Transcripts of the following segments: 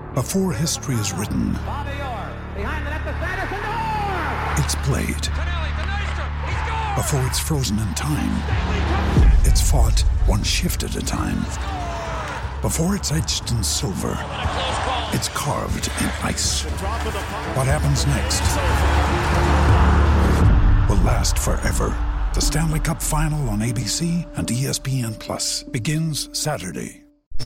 Before history is written, it's played. Before it's frozen in time, it's fought one shift at a time. Before it's etched in silver, it's carved in ice. What happens next will last forever. The Stanley Cup Final on ABC and ESPN Plus begins Saturday.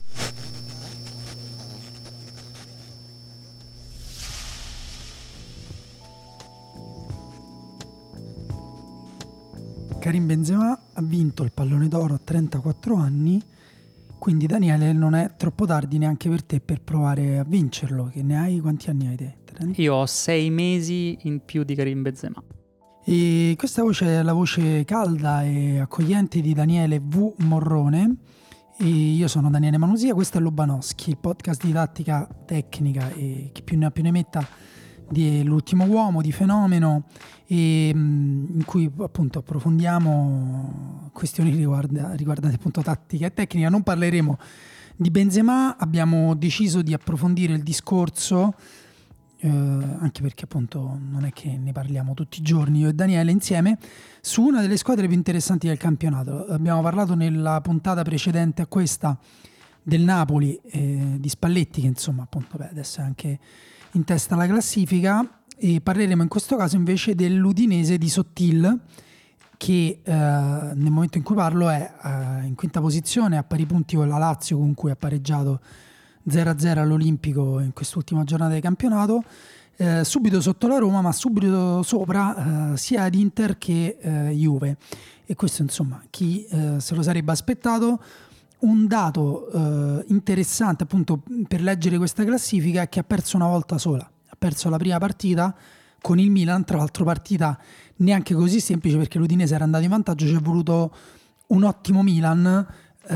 Karim Benzema ha vinto il pallone d'oro a 34 anni, quindi Daniele non è troppo tardi neanche per te per provare a vincerlo. Che ne hai? Quanti anni hai te? 30? Io ho 6 mesi in più di Karim Benzema. E questa voce è la voce calda e accogliente di Daniele V. Morrone. E io sono Daniele Manusia, questo è Lobanowski, il podcast di tattica tecnica e chi più ne ha più ne metta di L'ultimo uomo, di Fenomeno, e in cui appunto approfondiamo questioni riguardanti appunto tattica e tecnica. Non parleremo di Benzema, abbiamo deciso di approfondire il discorso anche perché appunto non è che ne parliamo tutti i giorni io e Daniele insieme, su una delle squadre più interessanti del campionato. Abbiamo parlato nella puntata precedente a questa del Napoli, di Spalletti, che insomma appunto adesso è anche in testa alla classifica, e parleremo in questo caso invece dell'Udinese di Sottil, che nel momento in cui parlo è in quinta posizione a pari punti con la Lazio, con cui ha pareggiato 0-0 all'Olimpico in quest'ultima giornata di campionato, subito sotto la Roma, ma subito sopra sia ad Inter che Juve. E questo insomma chi se lo sarebbe aspettato. Un dato interessante appunto per leggere questa classifica è che ha perso una volta sola, ha perso la prima partita con il Milan, tra l'altro partita neanche così semplice perché l'Udinese era andato in vantaggio, ci è voluto un ottimo Milan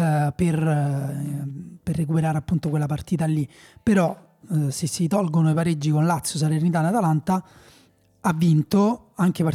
per recuperare appunto quella partita lì, però se si tolgono i pareggi con Lazio, Salernitana e Atalanta ha vinto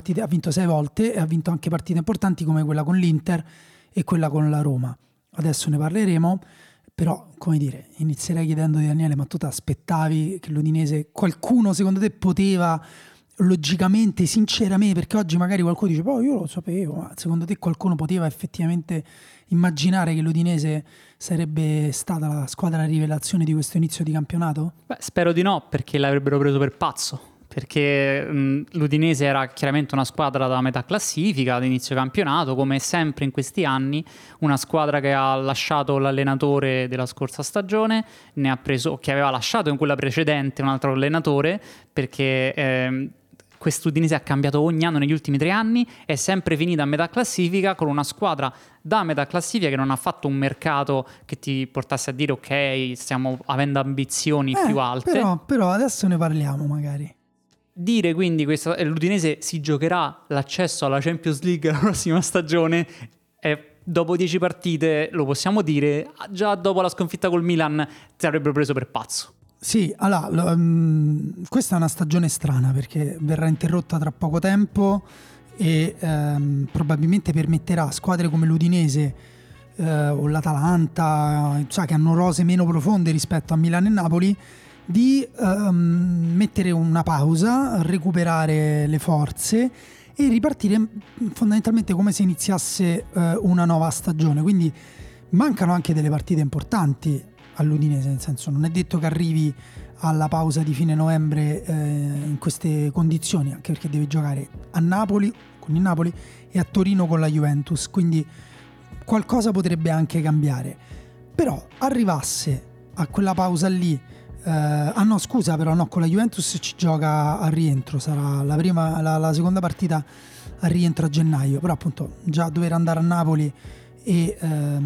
6 volte e ha vinto anche partite importanti come quella con l'Inter e quella con la Roma. Adesso ne parleremo, però come dire, inizierei chiedendo di Daniele: ma tu ti aspettavi che l'Udinese, qualcuno secondo te poteva logicamente, sinceramente, perché oggi magari qualcuno dice io lo sapevo, ma secondo te qualcuno poteva effettivamente immaginare che l'Udinese sarebbe stata la squadra rivelazione di questo inizio di campionato? Beh, spero di no, perché l'avrebbero preso per pazzo, perché l'Udinese era chiaramente una squadra da metà classifica ad inizio campionato, come sempre in questi anni, una squadra che ha lasciato l'allenatore della scorsa stagione, ne ha preso, che aveva lasciato in quella precedente un altro allenatore, perché quest'Udinese ha cambiato ogni anno negli ultimi 3 anni, è sempre finita a metà classifica con una squadra da metà classifica che non ha fatto un mercato che ti portasse a dire ok, stiamo avendo ambizioni più alte. Però adesso ne parliamo magari. Dire quindi che l'Udinese si giocherà l'accesso alla Champions League la prossima stagione, dopo 10 partite lo possiamo dire, già dopo la sconfitta col Milan ti avrebbero preso per pazzo. Sì, allora, questa è una stagione strana perché verrà interrotta tra poco tempo e probabilmente permetterà a squadre come l'Udinese o l'Atalanta, cioè che hanno rose meno profonde rispetto a Milano e Napoli, di mettere una pausa, recuperare le forze e ripartire fondamentalmente come se iniziasse una nuova stagione. Quindi mancano anche delle partite importanti all'Udinese, nel senso non è detto che arrivi alla pausa di fine novembre in queste condizioni, anche perché deve giocare a Napoli con il Napoli e a Torino con la Juventus, quindi qualcosa potrebbe anche cambiare. Però arrivasse a quella pausa lì, con la Juventus ci gioca al rientro, sarà la seconda partita al rientro a gennaio, però appunto già dover andare a Napoli e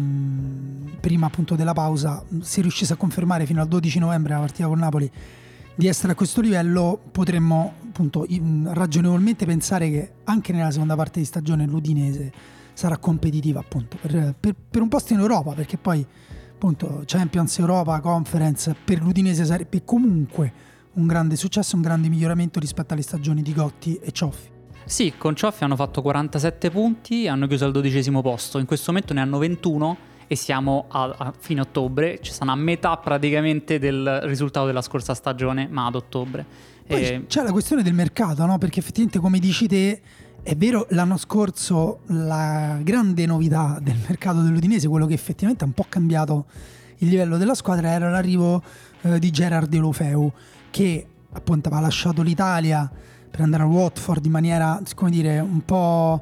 prima appunto della pausa, se riuscisse a confermare fino al 12 novembre la partita con Napoli di essere a questo livello, potremmo appunto ragionevolmente pensare che anche nella seconda parte di stagione l'Udinese sarà competitiva appunto per un posto in Europa, perché poi appunto Champions, Europa, Conference per l'Udinese sarebbe comunque un grande successo, un grande miglioramento rispetto alle stagioni di Gotti e Cioffi. Sì, con Cioffi hanno fatto 47 punti, hanno chiuso al 12° posto, in questo momento ne hanno 21 e siamo a fine ottobre, ci stanno a metà praticamente del risultato della scorsa stagione, ma ad ottobre. Poi c'è la questione del mercato, no? Perché effettivamente, come dici te, è vero, l'anno scorso la grande novità del mercato dell'Udinese, quello che effettivamente ha un po' cambiato il livello della squadra, era l'arrivo di Gerard Deulofeu, che appunto aveva lasciato l'Italia per andare al Watford in maniera, come dire, un po'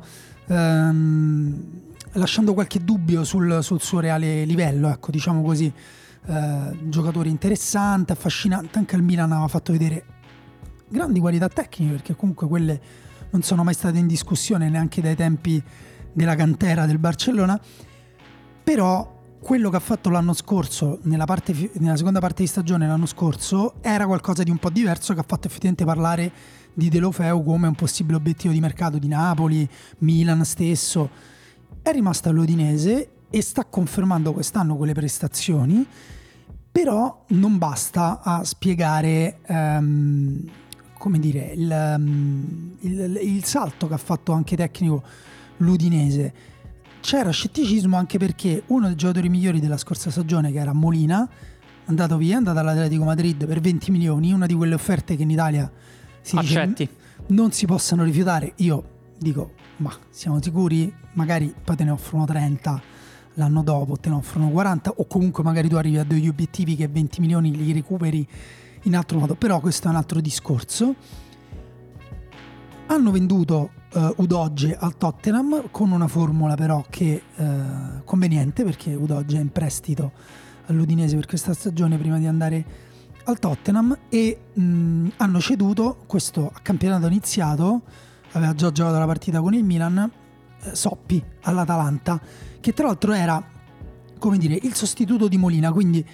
lasciando qualche dubbio sul suo reale livello, ecco, diciamo così. Giocatore interessante, affascinante, anche al Milan aveva fatto vedere grandi qualità tecniche, perché comunque quelle non sono mai state in discussione neanche dai tempi della cantera del Barcellona. Però quello che ha fatto l'anno scorso, nella seconda parte di stagione l'anno scorso, era qualcosa di un po' diverso, che ha fatto effettivamente parlare di Deulofeu come un possibile obiettivo di mercato di Napoli, Milan stesso. È rimasto all'Udinese e sta confermando quest'anno quelle prestazioni, però non basta a spiegare come dire, il salto che ha fatto anche tecnico l'Udinese. C'era scetticismo anche perché uno dei giocatori migliori della scorsa stagione, che era Molina, è andato all'Atletico Madrid per 20 milioni, una di quelle offerte che in Italia si dice non si possano rifiutare. Io dico, ma siamo sicuri? Magari poi te ne offrono 30 l'anno dopo, te ne offrono 40, o comunque magari tu arrivi a degli obiettivi che 20 milioni li recuperi in altro modo. Però questo è un altro discorso. Hanno venduto Udogie al Tottenham con una formula però che conveniente, perché Udogie è in prestito all'Udinese per questa stagione prima di andare al Tottenham, e hanno ceduto, questo a campionato iniziato, aveva già giocato la partita con il Milan, Soppi all'Atalanta, che tra l'altro era, come dire, il sostituto di Molina. Quindi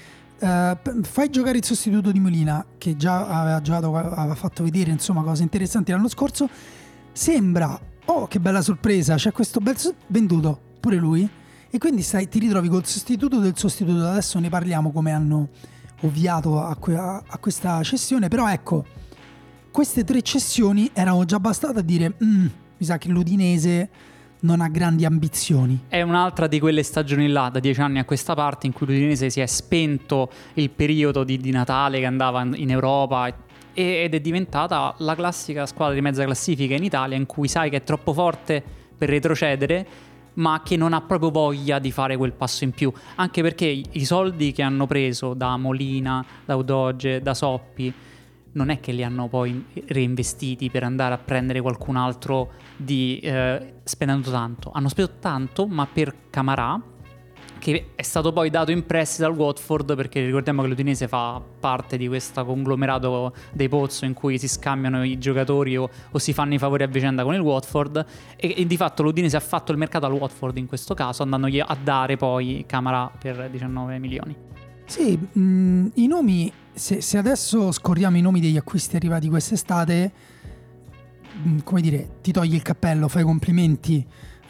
fai giocare il sostituto di Molina, che già aveva giocato, aveva fatto vedere insomma cose interessanti l'anno scorso. Sembra, oh che bella sorpresa, c'è questo bel venduto pure lui, e quindi ti ritrovi col sostituto del sostituto. Adesso ne parliamo, come hanno ovviato a questa cessione. Però ecco, queste 3 cessioni erano già bastate a dire mi sa che l'Udinese non ha grandi ambizioni. È un'altra di quelle stagioni là, da 10 anni a questa parte, in cui l'Udinese si è spento il periodo di Natale che andava in Europa, ed è diventata la classica squadra di mezza classifica in Italia, in cui sai che è troppo forte per retrocedere, ma che non ha proprio voglia di fare quel passo in più, anche perché i soldi che hanno preso da Molina, da Udogie, da Soppi, non è che li hanno poi reinvestiti per andare a prendere qualcun altro spendendo tanto. Hanno speso tanto, ma per Camarà, che è stato poi dato in prestito al Watford, perché ricordiamo che l'Udinese fa parte di questo conglomerato dei Pozzo in cui si scambiano i giocatori o si fanno i favori a vicenda con il Watford, e di fatto l'Udinese ha fatto il mercato al Watford in questo caso, andandogli a dare poi Camarà per 19 milioni. Sì, i nomi, se adesso scorriamo i nomi degli acquisti arrivati quest'estate, come dire, ti togli il cappello, fai complimenti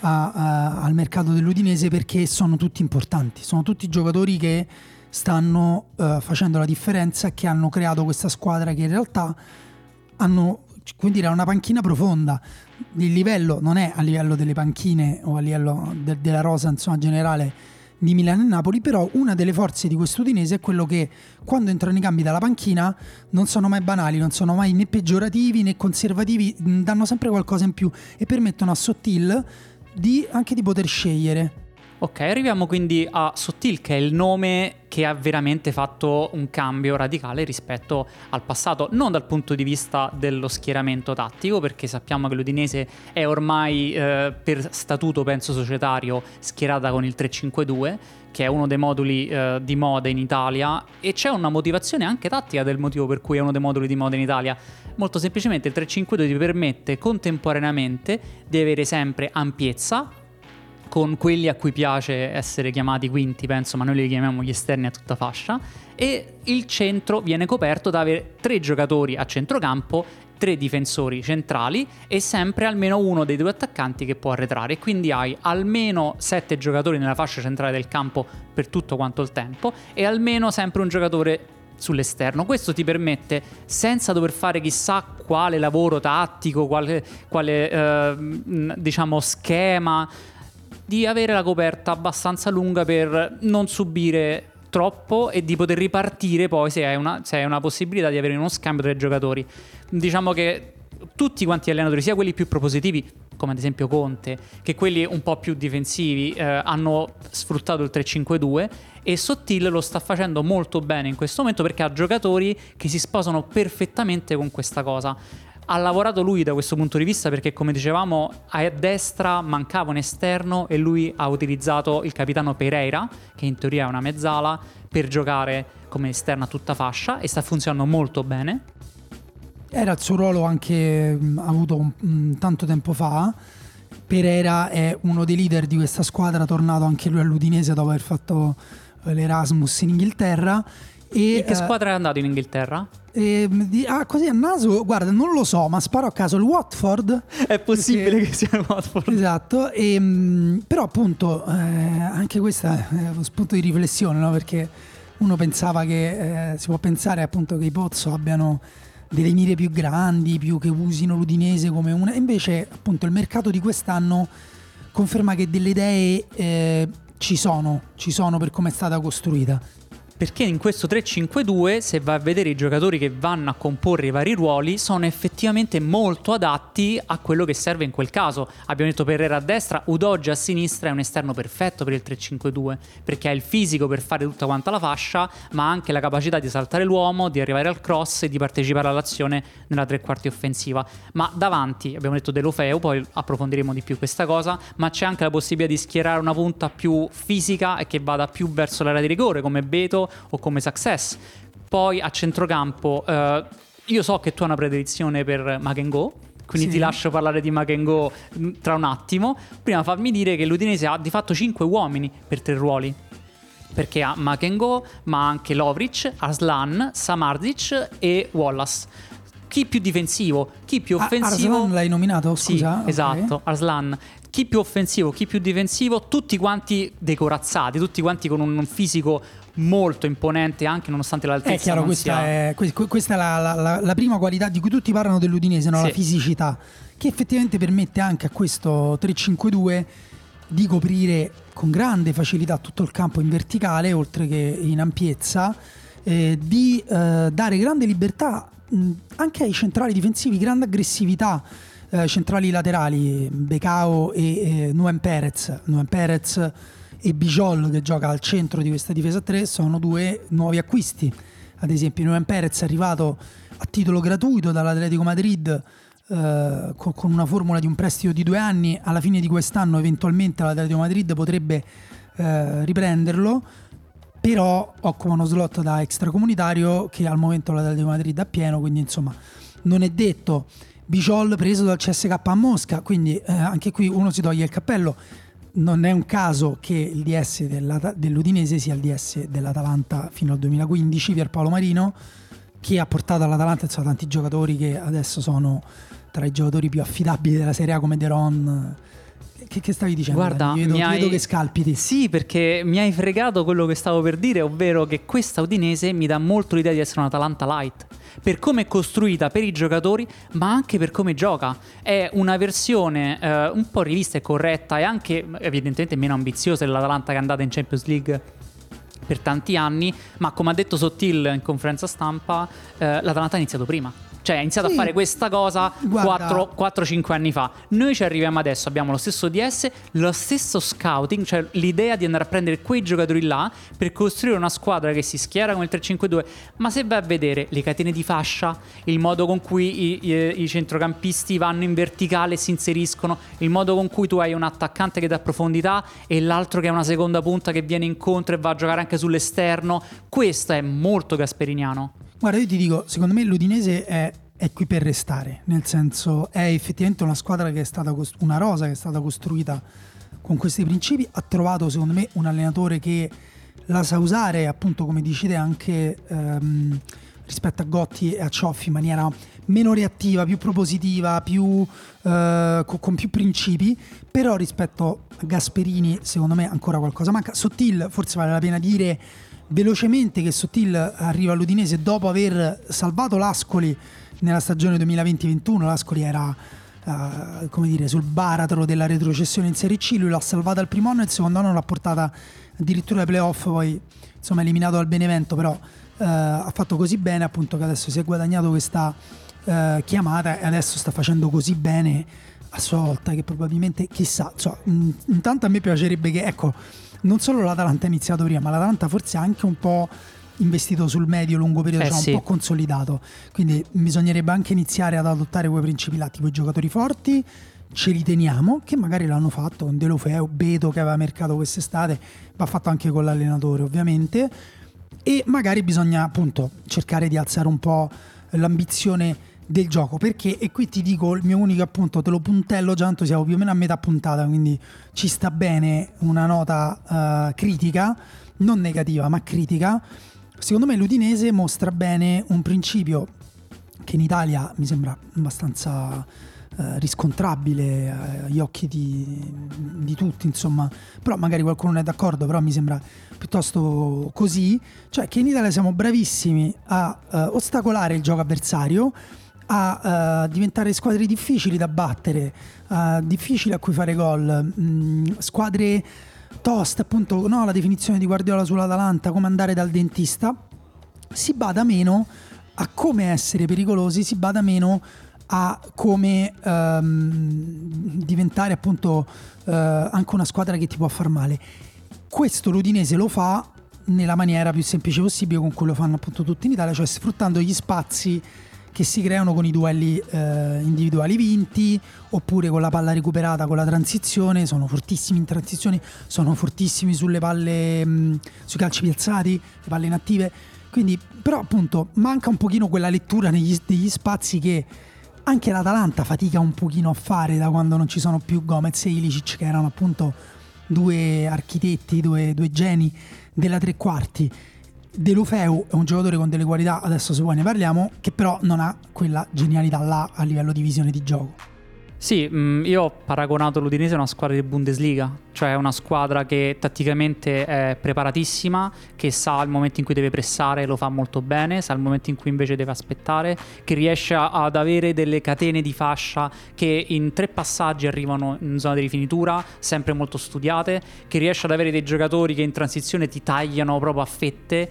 al mercato dell'Udinese, perché sono tutti importanti, sono tutti giocatori che stanno facendo la differenza e che hanno creato questa squadra che in realtà hanno, come dire, una panchina profonda. Il livello non è a livello delle panchine o a livello della rosa insomma generale di Milano e Napoli, però una delle forze di quest'Udinese è quello che quando entrano i cambi dalla panchina non sono mai banali, non sono mai né peggiorativi né conservativi, danno sempre qualcosa in più e permettono a Sottil anche di poter scegliere. Ok, arriviamo quindi a Sottil, che è il nome che ha veramente fatto un cambio radicale rispetto al passato, non dal punto di vista dello schieramento tattico, perché sappiamo che l'Udinese è ormai per statuto, penso societario, schierata con il 3-5-2, che è uno dei moduli di moda in Italia, e c'è una motivazione anche tattica del motivo per cui è uno dei moduli di moda in Italia. Molto semplicemente il 3-5-2 ti permette contemporaneamente di avere sempre ampiezza, con quelli a cui piace essere chiamati quinti, penso, ma noi li chiamiamo gli esterni a tutta fascia, e il centro viene coperto da avere 3 giocatori a centrocampo, 3 difensori centrali e sempre almeno uno dei 2 attaccanti che può arretrare, e quindi hai almeno 7 giocatori nella fascia centrale del campo per tutto quanto il tempo e almeno sempre un giocatore sull'esterno. Questo ti permette, senza dover fare chissà quale lavoro tattico, quale diciamo schema, di avere la coperta abbastanza lunga per non subire troppo e di poter ripartire poi se hai una possibilità di avere uno scambio tra i giocatori. Diciamo che tutti quanti gli allenatori, sia quelli più propositivi come ad esempio Conte, che quelli un po' più difensivi, hanno sfruttato il 3-5-2, e Sottil lo sta facendo molto bene in questo momento perché ha giocatori che si sposano perfettamente con questa cosa. Ha lavorato lui da questo punto di vista perché, come dicevamo, a destra mancava un esterno e lui ha utilizzato il capitano Pereira, che in teoria è una mezzala, per giocare come esterno a tutta fascia, e sta funzionando molto bene. Era il suo ruolo anche avuto tanto tempo fa. Pereira è uno dei leader di questa squadra, tornato anche lui all'Udinese dopo aver fatto l'Erasmus in Inghilterra. E in che squadra è andato in Inghilterra? Così a naso, guarda, non lo so, ma sparo a caso il Watford. È possibile che sia il Watford. Esatto, però appunto anche questo è uno spunto di riflessione, no? Perché uno pensava che si può pensare appunto che i Pozzo abbiano delle mire più grandi, più che usino l'Udinese come una, invece appunto il mercato di quest'anno conferma che delle idee ci sono per come è stata costruita. Perché in questo 3-5-2, se vai a vedere i giocatori che vanno a comporre i vari ruoli, sono effettivamente molto adatti a quello che serve in quel caso. Abbiamo detto Pereira a destra, Udogie a sinistra è un esterno perfetto per il 3-5-2, perché ha il fisico per fare tutta quanta la fascia, ma ha anche la capacità di saltare l'uomo, di arrivare al cross e di partecipare all'azione nella tre quarti offensiva. Ma davanti, abbiamo detto De Lofeu, poi approfondiremo di più questa cosa, ma c'è anche la possibilità di schierare una punta più fisica e che vada più verso l'area di rigore, come Beto o come Success. Poi a centrocampo io so che tu hai una predilezione per Makengo, quindi sì, ti lascio parlare di Makengo tra un attimo. Prima fammi dire che l'Udinese ha di fatto 5 uomini per 3 ruoli, perché ha Makengo ma anche Lovric, Arslan, Samardzic e Wallace. Chi più difensivo, chi più offensivo. Arslan l'hai nominato? Scusa. Sì, esatto, okay. Arslan. Chi più offensivo, chi più difensivo, tutti quanti decorazzati, tutti quanti con un fisico molto imponente, anche nonostante l'altezza. È chiaro, questa è la prima qualità di cui tutti parlano dell'Udinese, no? Sì. La fisicità, che effettivamente permette anche a questo 3-5-2 di coprire con grande facilità tutto il campo in verticale, oltre che in ampiezza, di dare grande libertà anche ai centrali difensivi, grande aggressività. Centrali laterali, Becao e Nuem Perez e Bijol, che gioca al centro di questa difesa a 3, sono 2 nuovi acquisti. Ad esempio Nuem Perez è arrivato a titolo gratuito dall'Atletico Madrid con una formula di un prestito di 2 anni. Alla fine di quest'anno eventualmente l'Atletico Madrid potrebbe riprenderlo, però occupa uno slot da extracomunitario che al momento l'Atletico Madrid ha pieno, quindi insomma non è detto. Bijol preso dal CSKA a Mosca, quindi anche qui uno si toglie il cappello. Non è un caso che il DS dell'Udinese sia il DS dell'Atalanta fino al 2015, Pierpaolo Marino, che ha portato all'Atalanta tanti giocatori che adesso sono tra i giocatori più affidabili della Serie A, come De Ron. Che stavi dicendo? Guarda, vedo che scalpiti. Sì, perché mi hai fregato quello che stavo per dire, ovvero che questa Udinese mi dà molto l'idea di essere un'Atalanta light, per come è costruita, per i giocatori, ma anche per come gioca. È una versione un po' rivista e corretta, e anche evidentemente meno ambiziosa dell'Atalanta che è andata in Champions League per tanti anni, ma come ha detto Sottil in conferenza stampa, l'Atalanta ha iniziato prima. Cioè ha iniziato a fare questa cosa 4-5 anni fa. Noi ci arriviamo adesso, abbiamo lo stesso DS, lo stesso scouting, cioè l'idea di andare a prendere quei giocatori là per costruire una squadra che si schiera con il 3-5-2. Ma se vai a vedere le catene di fascia, il modo con cui i centrocampisti vanno in verticale e si inseriscono, il modo con cui tu hai un attaccante che dà profondità e l'altro che è una seconda punta che viene incontro e va a giocare anche sull'esterno, questo è molto gasperiniano. Guarda, io ti dico, secondo me l'Udinese è qui per restare, nel senso è effettivamente una squadra che è stata una rosa che è stata costruita con questi principi. Ha trovato secondo me un allenatore che la sa usare, appunto come dici te, anche rispetto a Gotti e a Cioffi in maniera meno reattiva, più propositiva, più con più principi. Però rispetto a Gasperini secondo me ancora qualcosa manca. Sottil, forse vale la pena dire velocemente che Sottil arriva all'Udinese dopo aver salvato l'Ascoli nella stagione 2020-21. L'Ascoli era come dire, sul baratro della retrocessione in Serie C. Lui l'ha salvata al primo anno e il secondo anno l'ha portata addirittura ai playoff, poi insomma eliminato dal Benevento, però ha fatto così bene appunto che adesso si è guadagnato questa chiamata e adesso sta facendo così bene a sua volta che probabilmente, chissà, intanto a me piacerebbe che, ecco, non solo l'Atalanta ha iniziato prima, ma l'Atalanta forse ha anche un po' investito sul medio-lungo periodo, sì. Un po' consolidato, quindi bisognerebbe anche iniziare ad adottare quei principi là, tipo i giocatori forti ce li teniamo, che magari l'hanno fatto con Deulofeu, Beto che aveva mercato quest'estate, va fatto anche con l'allenatore ovviamente, e magari bisogna appunto cercare di alzare un po' l'ambizione del gioco, perché, e qui ti dico il mio unico appunto, te lo puntello già, tanto siamo più o meno a metà puntata, quindi ci sta bene una nota critica, non negativa ma critica. Secondo me l'Udinese mostra bene un principio che in Italia mi sembra abbastanza riscontrabile agli occhi di tutti, insomma, però magari qualcuno non è d'accordo, però mi sembra piuttosto così, cioè che in Italia siamo bravissimi a ostacolare il gioco avversario, a diventare squadre difficili da battere, difficili a cui fare gol, squadre toste, appunto, no, la definizione di Guardiola sull'Atalanta, come andare dal dentista. Si bada meno a come essere pericolosi, si bada meno a come diventare appunto anche una squadra che ti può far male. Questo l'Udinese lo fa nella maniera più semplice possibile con cui lo fanno appunto tutti in Italia, cioè sfruttando gli spazi che si creano con i duelli individuali vinti, oppure con la palla recuperata, con la transizione. Sono fortissimi in transizioni, sono fortissimi sulle palle, sui calci piazzati, le palle inattive. Quindi, però appunto manca un pochino quella lettura degli spazi che anche l'Atalanta fatica un pochino a fare da quando non ci sono più Gomez e Ilicic, che erano appunto due architetti, due geni della tre quarti. Deulofeu è un giocatore con delle qualità, adesso se vuoi ne parliamo, che però non ha quella genialità là a livello di visione di gioco. Sì, io ho paragonato l'Udinese a una squadra di Bundesliga, cioè una squadra che tatticamente è preparatissima, che sa il momento in cui deve pressare, lo fa molto bene, sa il momento in cui invece deve aspettare, che riesce ad avere delle catene di fascia che in 3 passaggi arrivano in zona di rifinitura, sempre molto studiate, che riesce ad avere dei giocatori che in transizione ti tagliano proprio a fette,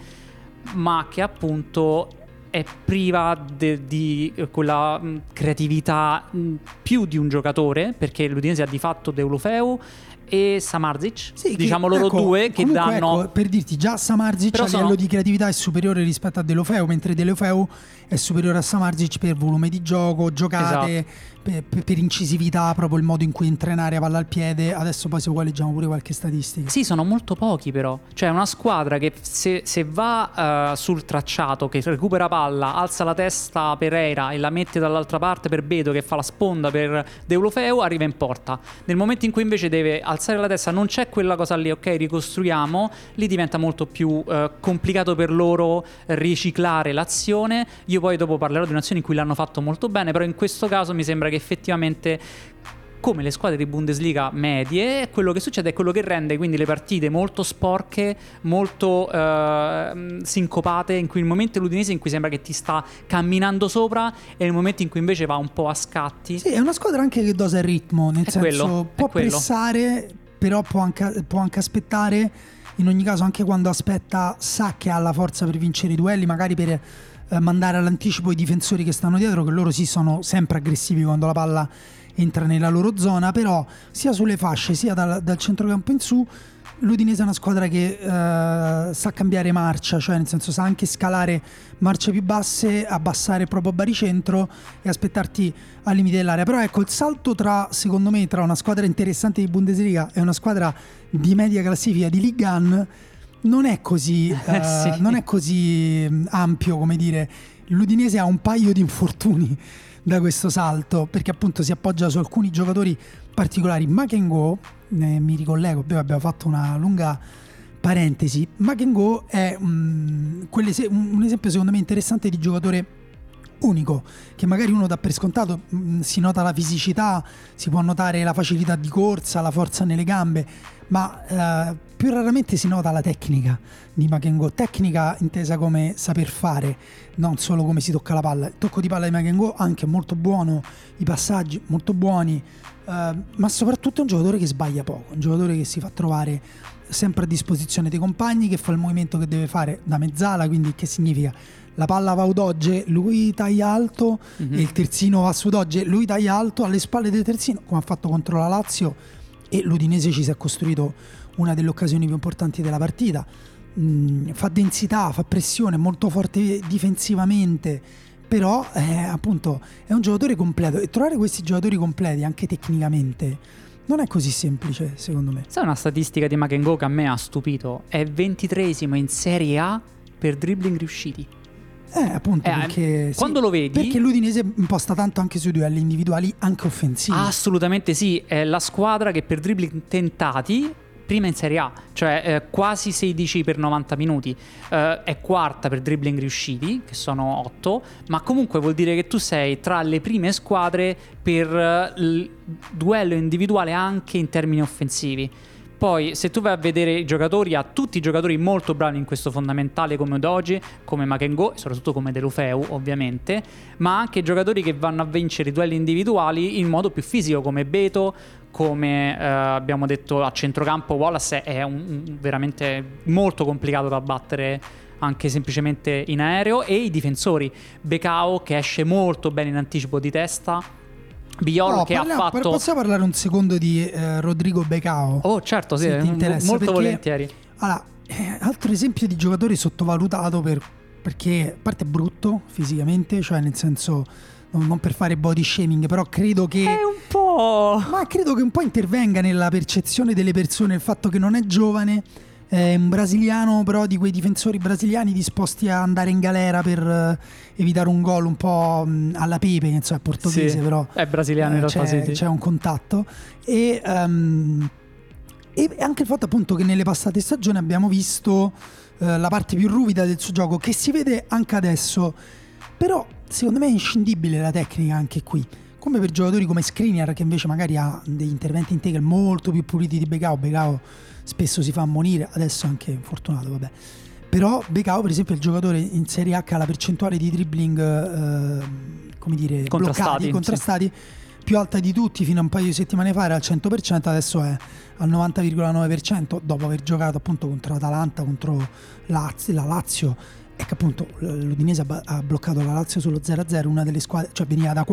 ma che appunto è priva di quella creatività più di un giocatore, perché l'Udinese ha di fatto Deulofeu e Samardzic, sì, diciamo loro due che danno, per dirti, già Samardzic a livello di creatività è superiore rispetto a Deulofeu, mentre Deulofeu è superiore a Samardzic per volume di gioco, giocate, esatto, per incisività, proprio il modo in cui entra in area, palla al piede. Adesso poi se vuoi leggiamo pure qualche statistica. Sì, sono molto pochi però, cioè una squadra che se va sul tracciato, che recupera palla, alza la testa Pereira e la mette dall'altra parte per Beto che fa la sponda per Deulofeu, arriva in porta. Nel momento in cui invece deve alzare la testa, non c'è quella cosa lì, ok, ricostruiamo, lì diventa molto più complicato per loro riciclare l'azione. Io poi dopo parlerò di un'azione in cui l'hanno fatto molto bene, però in questo caso mi sembra che effettivamente, come le squadre di Bundesliga medie, quello che succede è quello che rende quindi le partite molto sporche, molto sincopate, in cui il momento è l'Udinese in cui sembra che ti sta camminando sopra e nel momento in cui invece va un po' a scatti. Sì, è una squadra anche che dosa il ritmo, nel senso può pressare, però può anche aspettare. In ogni caso, anche quando aspetta, sa che ha la forza per vincere i duelli, magari per mandare all'anticipo i difensori che stanno dietro, che loro sì sono sempre aggressivi quando la palla entra nella loro zona, però sia sulle fasce sia dal centrocampo in su l'Udinese è una squadra che sa cambiare marcia, cioè nel senso sa anche scalare marce più basse, abbassare proprio baricentro e aspettarti al limite dell'area. Però ecco, il salto secondo me tra una squadra interessante di Bundesliga e una squadra di media classifica di Ligue 1 non è così sì, non è così ampio, come dire. L'Udinese ha un paio di infortuni da questo salto, perché appunto si appoggia su alcuni giocatori particolari. Makengo, mi ricollego, abbiamo fatto una lunga parentesi. Makengo è un esempio secondo me interessante di giocatore unico, che magari uno dà per scontato. Si nota la fisicità, si può notare la facilità di corsa, la forza nelle gambe, ma più raramente si nota la tecnica di Makengo, tecnica intesa come saper fare, non solo come si tocca la palla. Il tocco di palla di Makengo anche molto buono, i passaggi molto buoni, ma soprattutto è un giocatore che sbaglia poco, un giocatore che si fa trovare sempre a disposizione dei compagni, che fa il movimento che deve fare da mezzala, quindi che significa la palla va udogge, lui taglia alto, e il terzino va su udogge, lui taglia alto alle spalle del terzino, come ha fatto contro la Lazio, e l'Udinese ci si è costruito una delle occasioni più importanti della partita. Fa densità, fa pressione, molto forte difensivamente, però appunto è un giocatore completo, e trovare questi giocatori completi anche tecnicamente non è così semplice, secondo me. Sai una statistica di Makengo che a me ha stupito? È 23esimo in Serie A per dribbling riusciti. Appunto, perché quando lo vedi, perché l'Udinese imposta tanto anche sui duelli individuali, anche offensivi. Assolutamente sì, è la squadra che per dribbling tentati prima in Serie A, cioè quasi 16 per 90 minuti, è quarta per dribbling riusciti, che sono 8, ma comunque vuol dire che tu sei tra le prime squadre per il duello individuale anche in termini offensivi. Poi se tu vai a vedere i giocatori, ha tutti i giocatori molto bravi in questo fondamentale, come Udogie, come Makengo e soprattutto come Deulofeu ovviamente, ma anche giocatori che vanno a vincere i duelli individuali in modo più fisico, come Beto, come abbiamo detto a centrocampo Wallace è veramente molto complicato da battere anche semplicemente in aereo, e i difensori, Becao che esce molto bene in anticipo di testa, Biol che ha fatto... Possiamo parlare un secondo di Rodrigo Becao? Oh certo, sì, molto perché, volentieri. Allora, altro esempio di giocatore sottovalutato perché a parte è brutto fisicamente, cioè nel senso non per fare body shaming, però credo che è un po'... Ma credo che un po' intervenga nella percezione delle persone il fatto che non è giovane, è un brasiliano, però di quei difensori brasiliani disposti a andare in galera per evitare un gol, un po' alla Pepe, che insomma è portoghese, sì, però è brasiliano in realtà, c'è un contatto, e anche il fatto appunto che nelle passate stagioni abbiamo visto la parte più ruvida del suo gioco, che si vede anche adesso, però secondo me è inscindibile la tecnica anche qui, come per giocatori come Skriniar, che invece magari ha degli interventi in tackle molto più puliti di Becao. Becao spesso si fa ammonire, adesso anche infortunato, vabbè. Però Becao, per esempio, è il giocatore in Serie A che ha la percentuale di dribbling come dire, contrastati più alta di tutti. Fino a un paio di settimane fa era al 100%, adesso è al 90,9%, dopo aver giocato appunto contro l'Atalanta, contro la Lazio, e che appunto l'Udinese ha bloccato la Lazio sullo 0-0, una delle squadre, cioè veniva da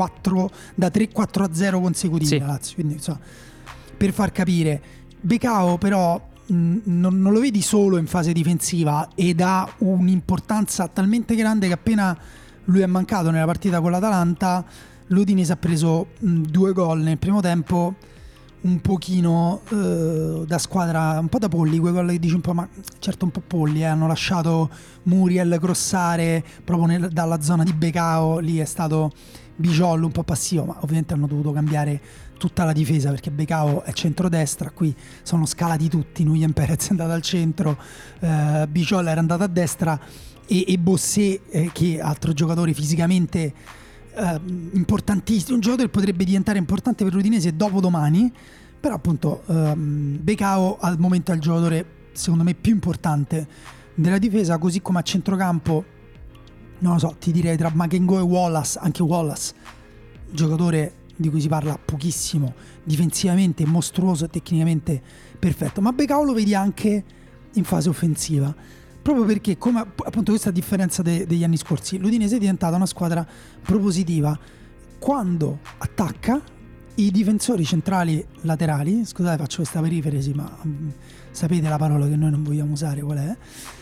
3-4-0 consecutivi, sì, la Lazio, quindi insomma, per far capire. Becao però non lo vedi solo in fase difensiva, ed ha un'importanza talmente grande che appena lui è mancato nella partita con l'Atalanta, l'Udinese ha preso 2 gol nel primo tempo, un pochino da squadra, un po' da polli, quei gol che dici un po', ma certo un po' polli, hanno lasciato Muriel crossare proprio dalla zona di Becao, lì è stato Bijol un po' passivo, ma ovviamente hanno dovuto cambiare tutta la difesa perché Becao è centrodestra, qui sono scalati tutti, Nuyen Perez è andato al centro, Bijol era andato a destra, e Bossé che altro giocatore fisicamente importantissimo, un giocatore che potrebbe diventare importante per l'Udinese dopodomani, però appunto Becao al momento è il giocatore secondo me più importante della difesa, così come a centrocampo non lo so, ti direi tra Makengo e Wallace, anche Wallace giocatore di cui si parla pochissimo, difensivamente mostruoso e tecnicamente perfetto, ma Becao lo vedi anche in fase offensiva, proprio perché, come appunto questa differenza degli anni scorsi, l'Udinese è diventata una squadra propositiva. Quando attacca, i difensori centrali laterali, scusate faccio questa perifrasi, ma sapete la parola che noi non vogliamo usare qual è,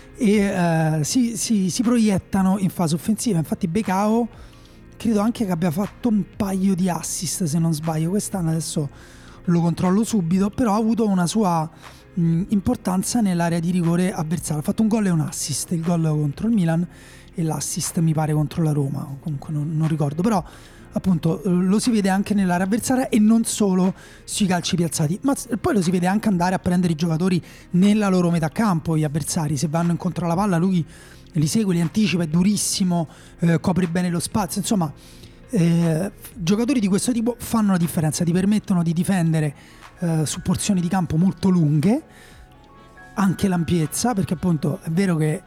e si proiettano in fase offensiva. Infatti Becao credo anche che abbia fatto un paio di assist, se non sbaglio, quest'anno, adesso lo controllo subito, però ha avuto una sua importanza nell'area di rigore avversaria. Ha fatto un gol e un assist, il gol contro il Milan e l'assist mi pare contro la Roma, comunque non ricordo, però appunto lo si vede anche nell'area avversaria e non solo sui calci piazzati, ma poi lo si vede anche andare a prendere i giocatori nella loro metà campo, gli avversari, se vanno incontro alla palla lui li segue, li anticipa, è durissimo, copre bene lo spazio, insomma giocatori di questo tipo fanno la differenza, ti permettono di difendere su porzioni di campo molto lunghe, anche l'ampiezza, perché appunto è vero che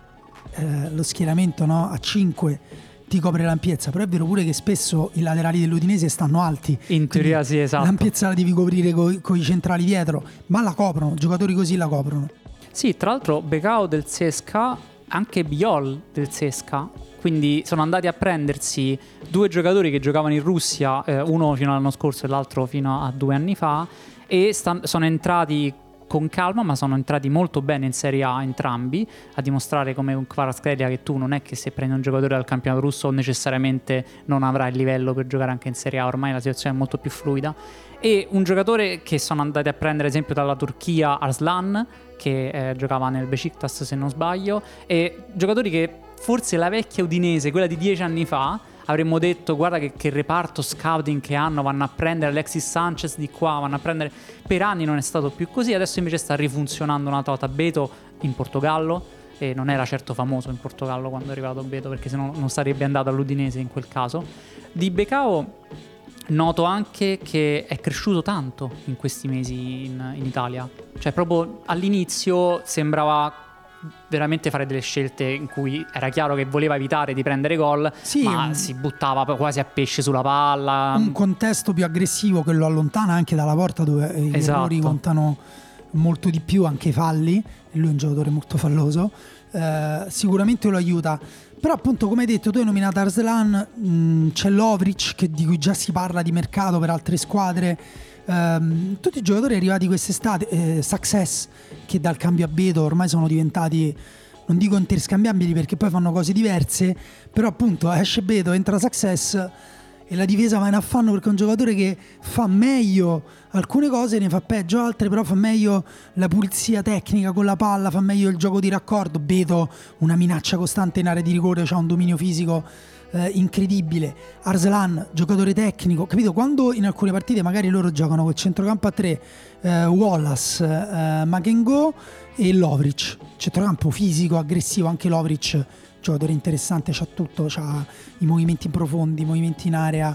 lo schieramento, no, a 5 ti copre l'ampiezza, però è vero pure che spesso i laterali dell'Udinese stanno alti, in teoria sì, esatto. L'ampiezza la devi coprire con i centrali dietro, ma la coprono, giocatori così la coprono. Sì, tra l'altro Becao del CSKA, anche Biol del CSKA, quindi sono andati a prendersi 2 giocatori che giocavano in Russia, uno fino all'anno scorso e l'altro fino a 2 anni fa, e sono entrati con calma, ma sono entrati molto bene in Serie A entrambi, a dimostrare come con Kvaratskhelia che tu non è che se prendi un giocatore dal campionato russo necessariamente non avrai il livello per giocare anche in Serie A, ormai la situazione è molto più fluida. E un giocatore che sono andati a prendere ad esempio dalla Turchia, Arslan, che giocava nel Beşiktaş se non sbaglio, e giocatori che forse la vecchia Udinese, quella di 10 anni fa, avremmo detto guarda che reparto scouting che hanno, vanno a prendere Alexis Sanchez di qua, vanno a prendere, per anni non è stato più così, adesso invece sta rifunzionando una Tota Beto in Portogallo, e non era certo famoso in Portogallo quando è arrivato Beto, perché sennò non sarebbe andato all'Udinese in quel caso. Di Becao noto anche che è cresciuto tanto in questi mesi in Italia, cioè proprio all'inizio sembrava veramente fare delle scelte in cui era chiaro che voleva evitare di prendere gol, sì, ma si buttava quasi a pesce sulla palla. Un contesto più aggressivo che lo allontana anche dalla porta, dove gli errori contano molto di più, anche i falli, e lui è un giocatore molto falloso, sicuramente lo aiuta. Però appunto, come hai detto, tu hai nominato Arslan, c'è Lovric di cui già si parla di mercato per altre squadre, tutti i giocatori arrivati quest'estate, Success, che dal cambio a Beto ormai sono diventati, non dico interscambiabili perché poi fanno cose diverse, però appunto esce Beto, entra Success e la difesa va in affanno, perché è un giocatore che fa meglio alcune cose, ne fa peggio altre, però fa meglio la pulizia tecnica con la palla, fa meglio il gioco di raccordo. Beto una minaccia costante in area di rigore, c'ha un dominio fisico incredibile. Arslan, giocatore tecnico, capito? Quando in alcune partite magari loro giocano col centrocampo a 3, Wallace, Makengo e Lovric, centrocampo fisico, aggressivo, anche Lovric giocatore interessante, c'ha tutto, c'ha i movimenti profondi, i movimenti in area,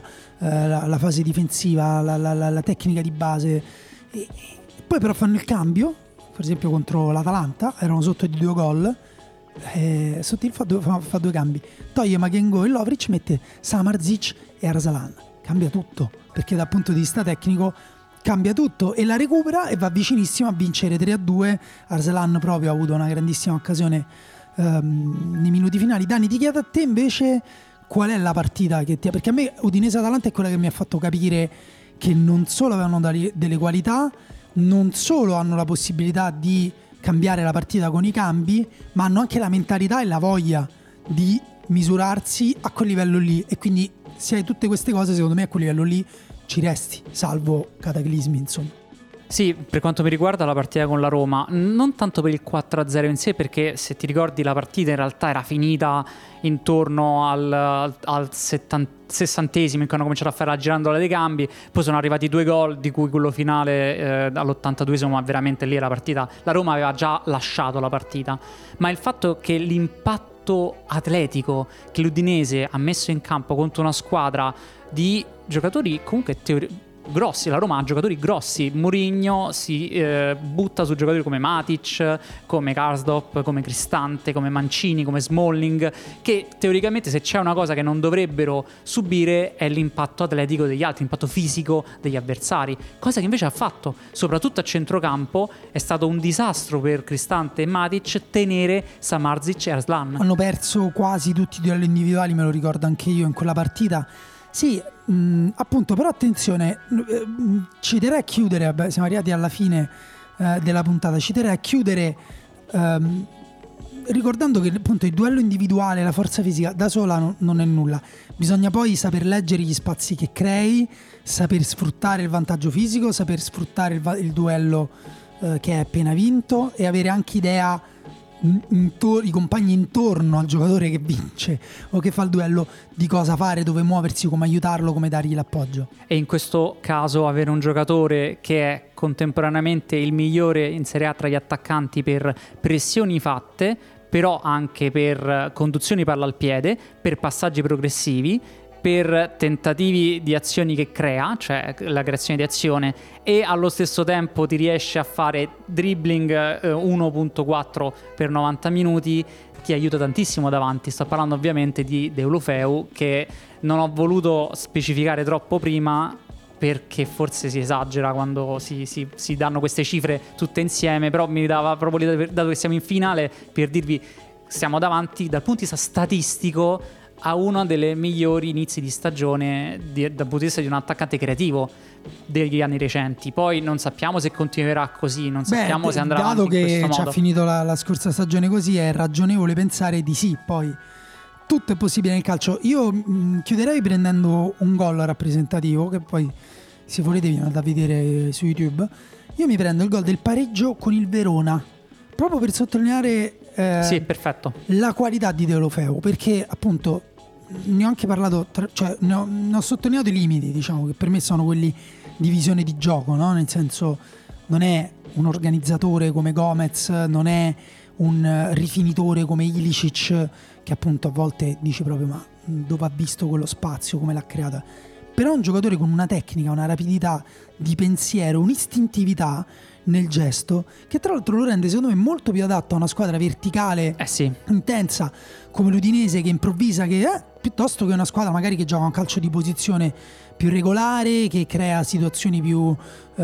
la fase difensiva, la tecnica di base, e poi però fanno il cambio, per esempio contro l'Atalanta erano sotto di 2 gol, Sottil fa 2 cambi, toglie Makengo e Lovric, mette Samardzic e Arslan, cambia tutto, perché dal punto di vista tecnico cambia tutto, e la recupera e va vicinissimo a vincere 3-2. Arslan proprio ha avuto una grandissima occasione nei minuti finali. Dani, ti chiedo a te invece qual è la partita che perché a me Udinese-Atalanta è quella che mi ha fatto capire che non solo avevano delle qualità, non solo hanno la possibilità di cambiare la partita con i cambi, ma hanno anche la mentalità e la voglia di misurarsi a quel livello lì, e quindi se hai tutte queste cose secondo me a quel livello lì ci resti, salvo cataclismi, insomma. Sì, per quanto mi riguarda la partita con la Roma, non tanto per il 4-0 in sé, perché se ti ricordi la partita in realtà era finita intorno al 60esimo, in cui hanno cominciato a fare la girandola dei cambi, poi sono arrivati 2 gol, di cui quello finale all'82esimo, ma veramente lì la partita, la Roma aveva già lasciato la partita, ma il fatto che l'impatto atletico che l'Udinese ha messo in campo contro una squadra di giocatori comunque grossi, la Roma ha giocatori grossi, Mourinho si butta su giocatori come Matic, come Karsdorp, come Cristante, come Mancini, come Smalling, che teoricamente se c'è una cosa che non dovrebbero subire è l'impatto atletico degli altri, l'impatto fisico degli avversari, cosa che invece ha fatto, soprattutto a centrocampo. È stato un disastro per Cristante e Matic tenere Samardzic e Arslan. Hanno perso quasi tutti i duelli individuali, me lo ricordo anche io in quella partita. Sì, appunto, però attenzione, ci terrei a chiudere, siamo arrivati alla fine della puntata, ci terrei a chiudere ricordando che appunto il duello individuale, la forza fisica da sola non è nulla, bisogna poi saper leggere gli spazi che crei, saper sfruttare il vantaggio fisico, saper sfruttare il duello che è appena vinto, e avere anche idea, i compagni intorno al giocatore che vince o che fa il duello, di cosa fare, dove muoversi, come aiutarlo, come dargli l'appoggio. E in questo caso avere un giocatore che è contemporaneamente il migliore in Serie A tra gli attaccanti per pressioni fatte, però anche per conduzioni palla al piede, per passaggi progressivi, per tentativi di azioni che crea, cioè la creazione di azione, e allo stesso tempo ti riesce a fare dribbling 1.4 per 90 minuti, ti aiuta tantissimo davanti. Sto parlando ovviamente di Deulofeu, che non ho voluto specificare troppo prima perché forse si esagera quando si danno queste cifre tutte insieme, però mi dava proprio, dato che siamo in finale, per dirvi siamo davanti dal punto di vista statistico a uno delle migliori inizi di stagione dal punto di vista di un attaccante creativo degli anni recenti. Poi non sappiamo se continuerà così, non sappiamo se andrà avanti in questo modo. Dato che ci ha finito la scorsa stagione così, è ragionevole pensare di sì. Poi tutto è possibile nel calcio. Io chiuderei prendendo un gol rappresentativo, che poi se volete vi andate a vedere su YouTube. Io mi prendo il gol del pareggio con il Verona, proprio per sottolineare sì, perfetto, la qualità di Deulofeu, perché appunto ne ho anche parlato, ne ho sottolineato i limiti, diciamo, che per me sono quelli di visione di gioco, no? Nel senso, non è un organizzatore come Gomez, non è un rifinitore come Ilicic, che appunto a volte dici proprio ma dove ha visto quello spazio, come l'ha creata. Però è un giocatore con una tecnica, una rapidità di pensiero, un'istintività nel gesto, che tra l'altro lo rende secondo me molto più adatto a una squadra verticale, intensa come l'Udinese, che improvvisa, piuttosto che una squadra magari che gioca un calcio di posizione più regolare, che crea situazioni più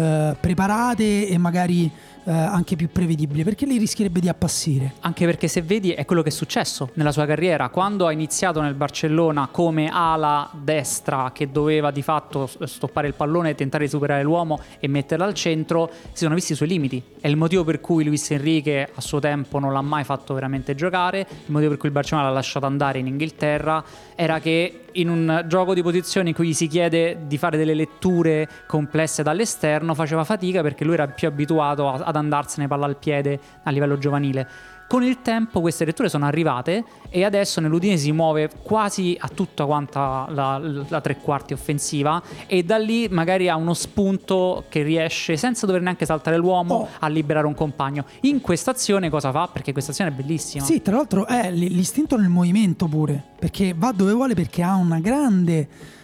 preparate e magari anche più prevedibili, perché lì rischierebbe di appassire. Anche perché, se vedi, è quello che è successo nella sua carriera. Quando ha iniziato nel Barcellona come ala destra, che doveva di fatto stoppare il pallone, tentare di superare l'uomo e metterla al centro, si sono visti i suoi limiti. È il motivo per cui Luis Enrique a suo tempo non l'ha mai fatto veramente giocare, il motivo per cui il Barcellona l'ha lasciato andare in Inghilterra, era che in un gioco di posizioni in cui si chiede di fare delle letture complesse dall'esterno faceva fatica, perché lui era più abituato ad andarsene palla al piede a livello giovanile. Con il tempo queste letture sono arrivate e adesso nell'Udinese si muove quasi a tutta quanta la tre quarti offensiva, e da lì magari ha uno spunto che riesce, senza dover neanche saltare l'uomo, a liberare un compagno. In questa azione cosa fa? Perché questa azione è bellissima. Sì, tra l'altro è l'istinto nel movimento pure, perché va dove vuole, perché ha una grande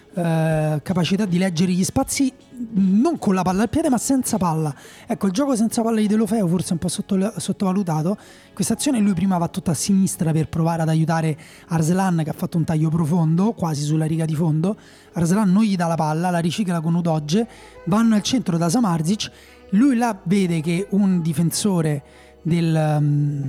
capacità di leggere gli spazi, non con la palla al piede ma senza palla. Ecco, il gioco senza palla di Deulofeu forse è un po' sottovalutato. Questa azione lui prima va tutta a sinistra per provare ad aiutare Arslan, che ha fatto un taglio profondo quasi sulla riga di fondo. Arslan non gli dà la palla, la ricicla con Udoge, vanno al centro da Samardzic, lui là vede che un difensore del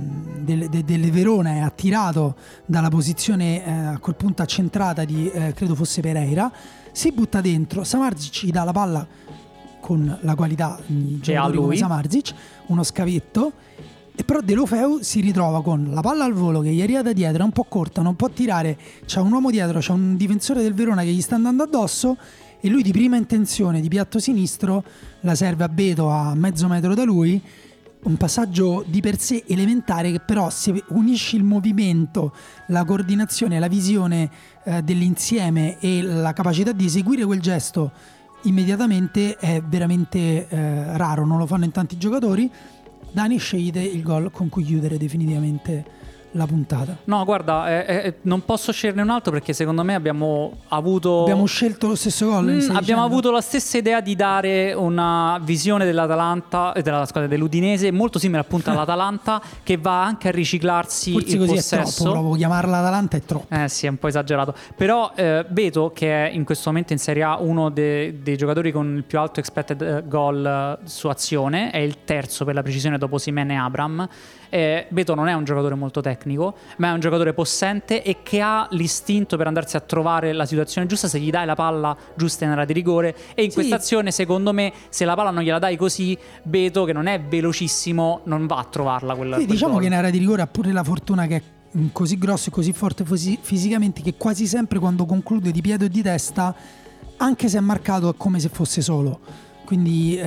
Verona è attirato dalla posizione a quel punto accentrata di credo fosse Pereira, si butta dentro, Samardzic gli dà la palla con la qualità di giocatore come Samardzic, uno scavetto, e però Deulofeu si ritrova con la palla al volo che gli arriva da dietro, è un po' corta, non può tirare, c'è un uomo dietro, c'è un difensore del Verona che gli sta andando addosso, e lui di prima intenzione di piatto sinistro la serve a Beto a mezzo metro da lui. Un passaggio di per sé elementare, che però, se unisci il movimento, la coordinazione, la visione dell'insieme e la capacità di eseguire quel gesto immediatamente, è veramente raro, non lo fanno in tanti giocatori. Dani, scegliete il gol con cui chiudere definitivamente la puntata. No, guarda, non posso sceglierne un altro, perché secondo me abbiamo scelto lo stesso gol. Abbiamo avuto la stessa idea di dare una visione dell'Atalanta, della squadra dell'Udinese, molto simile appunto all'Atalanta, che va anche a riciclarsi forse il così possesso. È troppo, proprio chiamarla Atalanta è troppo. Sì, è un po' esagerato. Però Beto, che è in questo momento in Serie A uno dei giocatori con il più alto expected goal su azione, è il terzo per la precisione dopo Osimhen e Abraham. Beto non è un giocatore molto tecnico, ma è un giocatore possente e che ha l'istinto per andarsi a trovare la situazione giusta se gli dai la palla giusta in area di rigore. E in questa azione, secondo me, se la palla non gliela dai così, Beto, che non è velocissimo, non va a trovarla quella. Diciamo gol. Che in area di rigore ha pure la fortuna che è così grosso e così forte fisicamente, che quasi sempre quando conclude di piede o di testa, anche se è marcato, è come se fosse solo. Quindi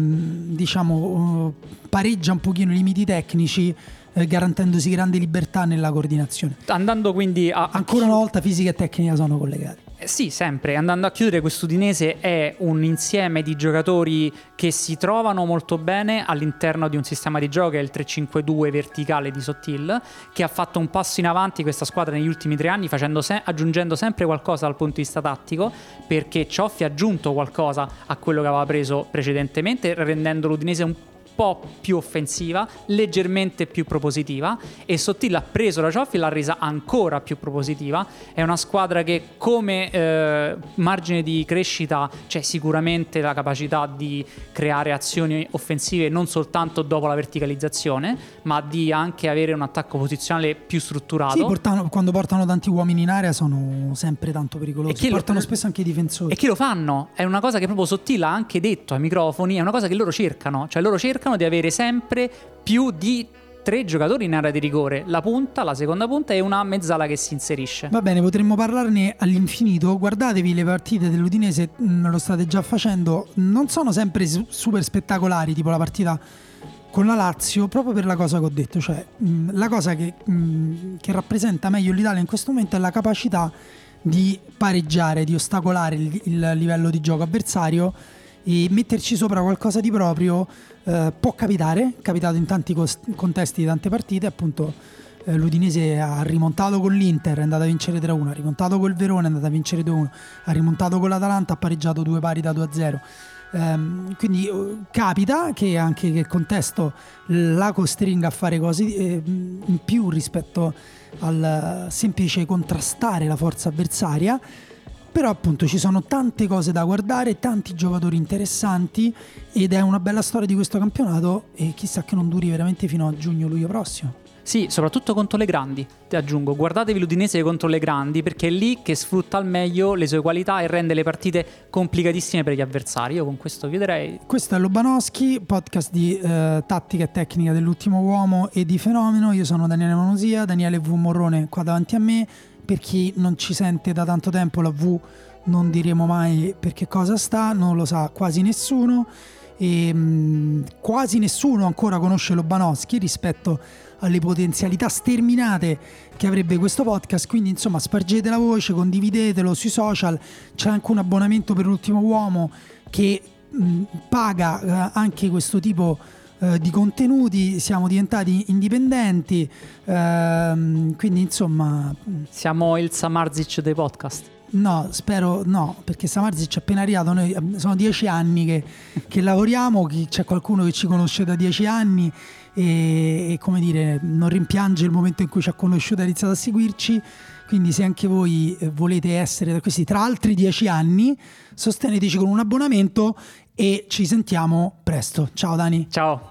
pareggia un pochino i limiti tecnici, garantendosi grande libertà nella coordinazione. Andando quindi ancora una volta fisica e tecnica sono collegate. Sì, sempre. Andando a chiudere, quest'Udinese è un insieme di giocatori che si trovano molto bene all'interno di un sistema di gioco che è il 3-5-2 verticale di Sottil, che ha fatto un passo in avanti questa squadra negli ultimi 3 anni, aggiungendo sempre qualcosa dal punto di vista tattico, perché Cioffi ha aggiunto qualcosa a quello che aveva preso precedentemente, rendendo l'Udinese un po' più offensiva, leggermente più propositiva, e Sottil ha preso la Cioffi e l'ha resa ancora più propositiva. È una squadra che come margine di crescita c'è sicuramente la capacità di creare azioni offensive non soltanto dopo la verticalizzazione, ma di anche avere un attacco posizionale più strutturato. Sì, quando portano tanti uomini in area sono sempre tanto pericolosi, portano spesso anche i difensori. E che lo fanno? È una cosa che proprio Sottil ha anche detto ai microfoni, è una cosa che loro cercano, cioè loro cercano di avere sempre più di 3 giocatori in area di rigore, la punta, la seconda punta e una mezzala che si inserisce. Va bene, potremmo parlarne all'infinito. Guardatevi le partite dell'Udinese, lo state già facendo, non sono sempre super spettacolari, tipo la partita con la Lazio, proprio per la cosa che ho detto, cioè la cosa che rappresenta meglio l'Italia in questo momento è la capacità di pareggiare, di ostacolare il livello di gioco avversario e metterci sopra qualcosa di proprio. Può capitare, è capitato in tanti contesti di tante partite, appunto l'Udinese ha rimontato con l'Inter, è andata a vincere 3-1, ha rimontato col Verona, è andata a vincere 2-1, ha rimontato con l'Atalanta, ha pareggiato 2 pari da 2-0. Quindi capita che anche che il contesto la costringa a fare cose in più rispetto al semplice contrastare la forza avversaria. Però appunto ci sono tante cose da guardare, tanti giocatori interessanti ed è una bella storia di questo campionato e chissà che non duri veramente fino a giugno-luglio prossimo. Sì, soprattutto contro le grandi, ti aggiungo, guardatevi l'Udinese contro le grandi perché è lì che sfrutta al meglio le sue qualità e rende le partite complicatissime per gli avversari. Io con questo chiuderei. Questo è Lobanowski, podcast di tattica e tecnica dell'ultimo uomo e di Fenomeno. Io sono Daniele Manusia, Daniele V. Morrone qua davanti a me. Per chi non ci sente da tanto tempo, la V non diremo mai per che cosa sta, non lo sa quasi nessuno e quasi nessuno ancora conosce Lobanowski rispetto alle potenzialità sterminate che avrebbe questo podcast, quindi insomma spargete la voce, condividetelo sui social. C'è anche un abbonamento per l'ultimo uomo che paga anche questo tipo di contenuti, siamo diventati indipendenti, quindi insomma siamo il Samardzic dei podcast. No, spero no, perché Samardzic è appena arrivato, noi sono 10 anni che lavoriamo, c'è qualcuno che ci conosce da 10 anni e come dire non rimpiange il momento in cui ci ha conosciuto e ha iniziato a seguirci. Quindi se anche voi volete essere questi tra altri 10 anni, sosteneteci con un abbonamento e ci sentiamo presto. Ciao Dani. Ciao.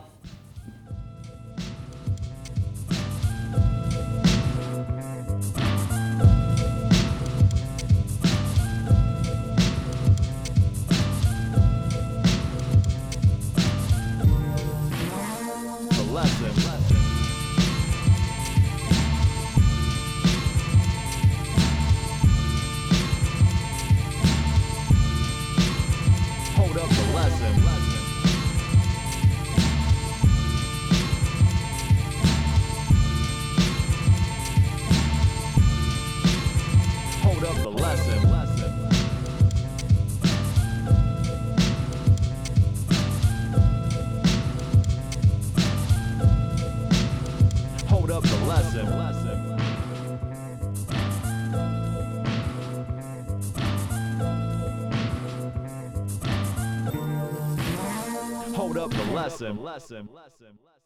Hold up the lesson.